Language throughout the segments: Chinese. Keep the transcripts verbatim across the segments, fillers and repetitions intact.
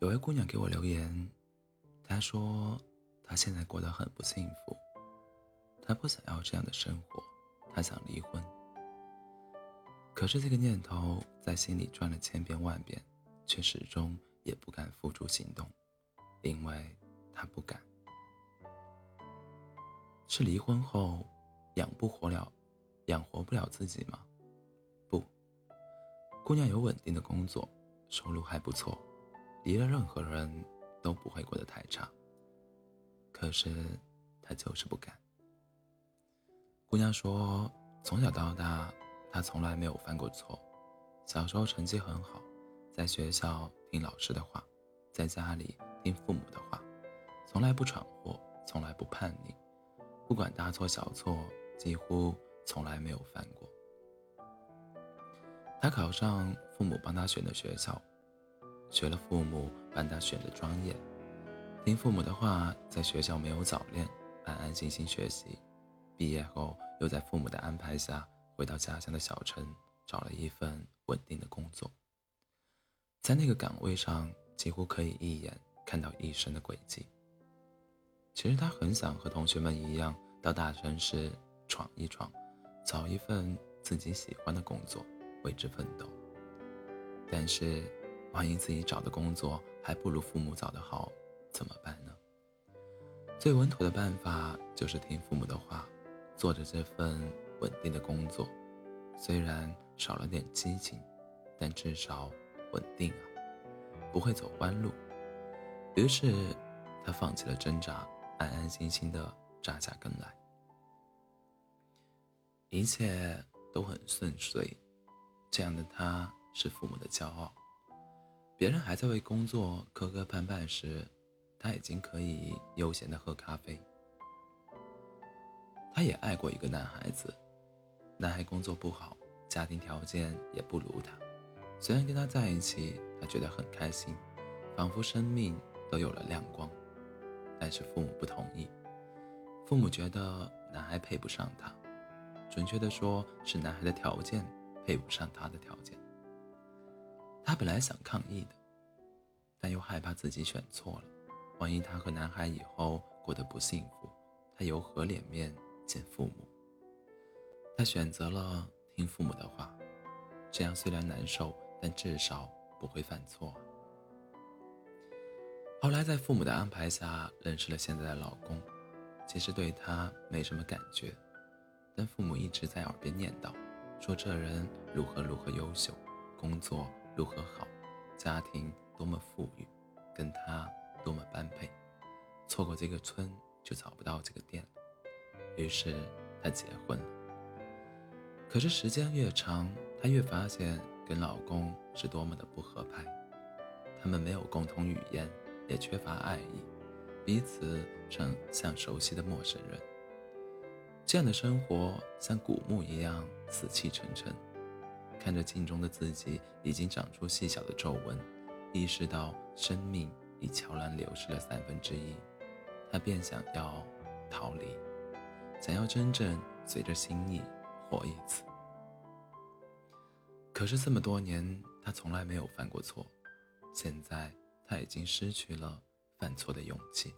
有位姑娘给我留言，她说她现在过得很不幸福，她不想要这样的生活，她想离婚。可是这个念头在心里转了千遍万遍，却始终也不敢付诸行动，因为她不敢。是离婚后养不活了，养活不了自己吗？不，姑娘有稳定的工作，收入还不错，离了任何人都不会过得太差。可是她就是不敢。姑娘说，从小到大，她从来没有犯过错。小时候成绩很好，在学校听老师的话，在家里听父母的话，从来不闯祸，从来不叛逆，不管大错小错，几乎从来没有犯过。她考上父母帮她选的学校，学了父母帮她选的专业，听父母的话，在学校没有早恋，安安心心学习。毕业后，又在父母的安排下，回到家乡的小城，找了一份稳定的工作。在那个岗位上，几乎可以一眼看到一生的轨迹。其实他很想和同学们一样，到大城市闯一闯，找一份自己喜欢的工作，为之奋斗。但是，万一自己找的工作还不如父母找的好，怎么办呢？最稳妥的办法就是听父母的话，做着这份稳定的工作，虽然少了点激情，但至少稳定啊，不会走弯路。于是他放弃了挣扎，安安心心地扎下根来。一切都很顺遂，这样的他是父母的骄傲。别人还在为工作磕磕绊绊时，他已经可以悠闲地喝咖啡。他也爱过一个男孩子，男孩工作不好，家庭条件也不如他。虽然跟他在一起，他觉得很开心，仿佛生命都有了亮光，但是父母不同意。父母觉得男孩配不上他，准确地说是男孩的条件配不上他的条件。他本来想抗议的，但又害怕自己选错了，万一他和男孩以后过得不幸福，他有何脸面见父母？他选择了听父母的话，这样虽然难受，但至少不会犯错。后来在父母的安排下认识了现在的老公，其实对他没什么感觉，但父母一直在耳边念叨，说这人如何如何优秀，工作如何好，家庭多么富裕，跟他多么般配，错过这个村就找不到这个店。于是她结婚了。可是时间越长，她越发现跟老公是多么的不合拍。他们没有共同语言，也缺乏爱意，彼此像像熟悉的陌生人。这样的生活像古木一样死气沉沉。看着镜中的自己已经长出细小的皱纹，意识到生命已悄然流失了三分之一，他便想要逃离，想要真正随着心意活一次。可是这么多年，他从来没有犯过错，现在他已经失去了犯错的勇气。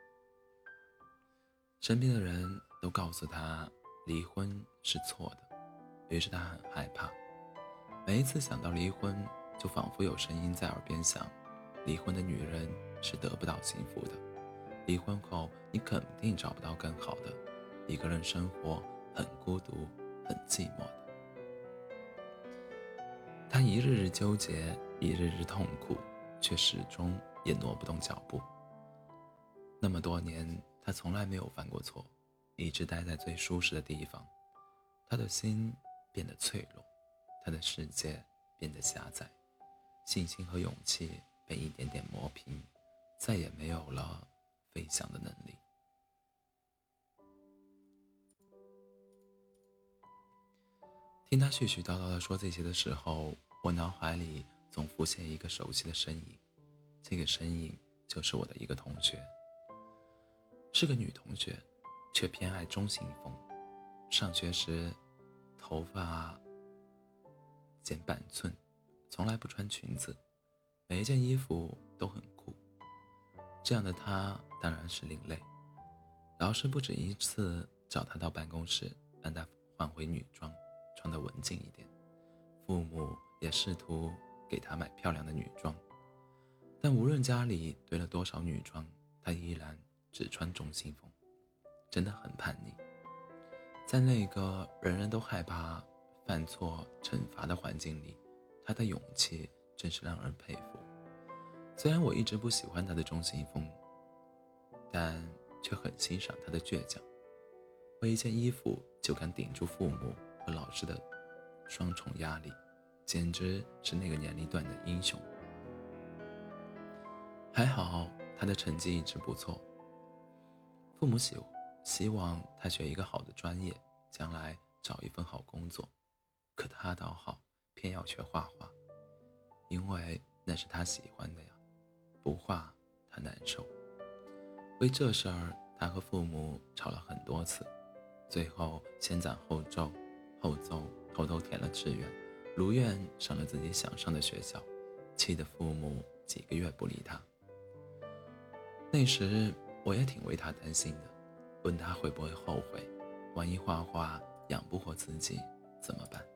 身边的人都告诉他，离婚是错的，于是他很害怕。每一次想到离婚，就仿佛有声音在耳边响，离婚的女人是得不到幸福的，离婚后你肯定找不到更好的，一个人生活很孤独，很寂寞的。他一日日纠结，一日日痛苦，却始终也挪不动脚步。那么多年，他从来没有犯过错，一直待在最舒适的地方。他的心变得脆弱，他的世界变得狭窄，信心和勇气被一点点磨平，再也没有了飞翔的能力。听他絮絮叨叨地说这些的时候，我脑海里总浮现一个熟悉的身影，这个身影就是我的一个同学，是个女同学，却偏爱中性风。上学时，头发剪半寸，从来不穿裙子，每一件衣服都很这样的他当然是另类。老师不止一次找他到办公室，让他换回女装，穿得文静一点。父母也试图给他买漂亮的女装，但无论家里堆了多少女装，他依然只穿中性风，真的很叛逆。在那个人人都害怕犯错惩罚的环境里，他的勇气真是让人佩服。虽然我一直不喜欢他的中性风，但却很欣赏他的倔强。为一件衣服就敢顶住父母和老师的双重压力，简直是那个年龄段的英雄。还好他的成绩一直不错，父母希希望他学一个好的专业，将来找一份好工作。可他倒好，偏要学画画，因为那是他喜欢的呀，不画他难受。为这事儿，他和父母吵了很多次，最后先斩后奏，后奏偷偷填了志愿，如愿上了自己想上的学校，气得父母几个月不理他。那时我也挺为他担心的，问他会不会后悔，万一画画养不活自己怎么办？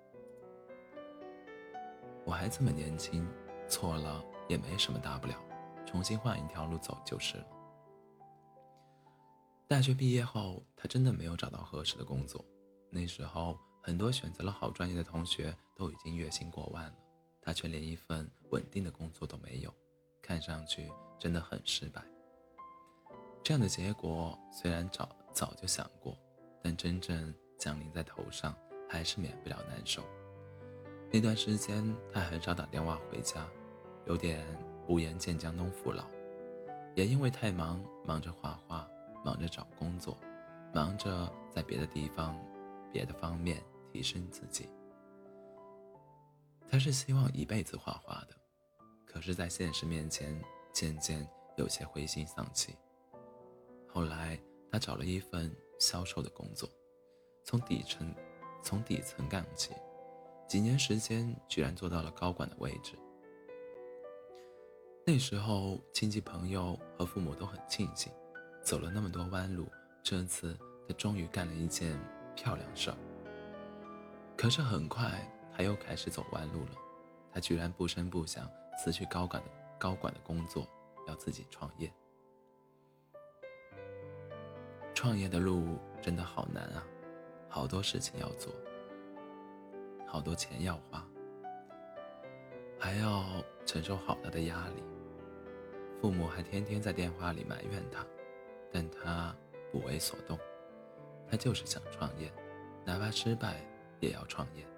我还这么年轻，错了也没什么大不了，重新换一条路走就是了。大学毕业后，他真的没有找到合适的工作。那时候，很多选择了好专业的同学都已经月薪过万了，他却连一份稳定的工作都没有，看上去真的很失败。这样的结果虽然早早就想过，但真正降临在头上，还是免不了难受。那段时间，他很少打电话回家，有点无颜见江东父老。也因为太忙，忙着画画，忙着找工作，忙着在别的地方、别的方面提升自己。他是希望一辈子画画的，可是在现实面前，渐渐有些灰心丧气。后来，他找了一份销售的工作，从底层从底层干起，几年时间居然做到了高管的位置。那时候，亲戚朋友和父母都很庆幸，走了那么多弯路，这次他终于干了一件漂亮事儿。可是很快，他又开始走弯路了。他居然不声不响辞去高管的高管的工作，要自己创业。创业的路真的好难啊，好多事情要做，好多钱要花，还要承受好大的压力。父母还天天在电话里埋怨他，但他不为所动。他就是想创业，哪怕失败也要创业。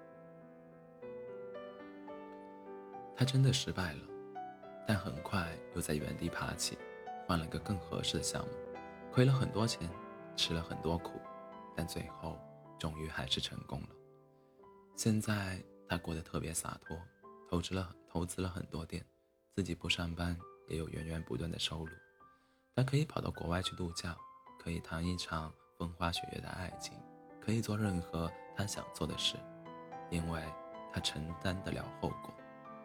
他真的失败了，但很快又在原地爬起，换了个更合适的项目，亏了很多钱，吃了很多苦，但最后终于还是成功了。现在他过得特别洒脱，投资了投资了很多店，自己不上班也有源源不断的收入。他可以跑到国外去度假，可以谈一场风花雪月的爱情，可以做任何他想做的事，因为他承担得了后果。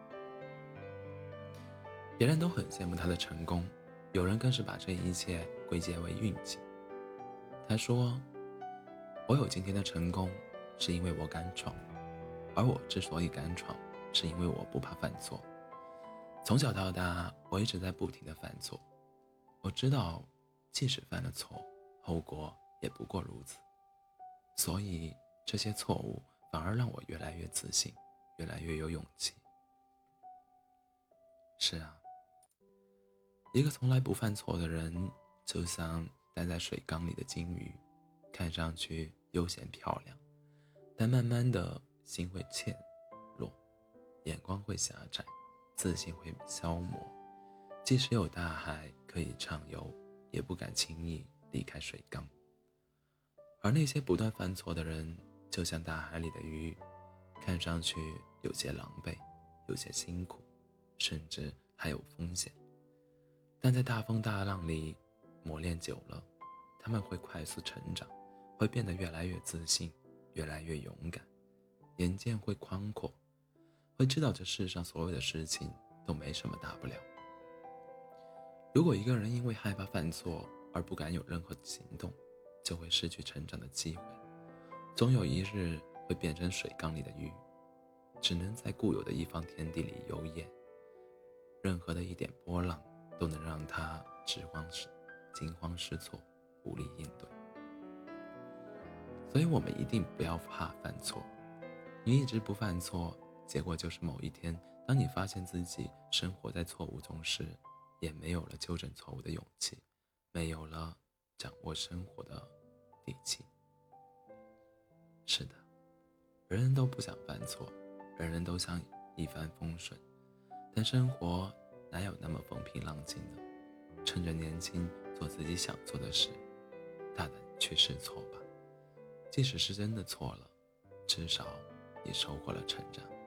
别人都很羡慕他的成功，有人更是把这一切归结为运气。他说，我有今天的成功是因为我敢闯，而我之所以敢闯，是因为我不怕犯错。从小到大，我一直在不停地犯错，我知道即使犯了错，后果也不过如此，所以这些错误反而让我越来越自信，越来越有勇气。是啊，一个从来不犯错的人，就像待在水缸里的金鱼，看上去悠闲漂亮，但慢慢的心会怯弱，眼光会狭窄，自信会消磨。即使有大海可以畅游，也不敢轻易离开水缸。而那些不断犯错的人，就像大海里的鱼，看上去有些狼狈，有些辛苦，甚至还有风险。但在大风大浪里磨练久了，他们会快速成长，会变得越来越自信，越来越勇敢，眼界会宽阔，会知道这世上所有的事情都没什么大不了。 如果一个人因为害怕犯错而不敢有任何行动，就会失去成长的机会，总有一日会变成水缸里的鱼，只能在固有的一方天地里游曳，任何的一点波浪都能让他惊慌失惊慌失措，无力应对。所以我们一定不要怕犯错，你一直不犯错，结果就是某一天，当你发现自己生活在错误中时，也没有了纠正错误的勇气，没有了掌握生活的底气。是的，人人都不想犯错，人人都想一帆风顺，但生活哪有那么风平浪静呢？趁着年轻，做自己想做的事，大胆去试错吧。即使是真的错了，至少也收获了成长。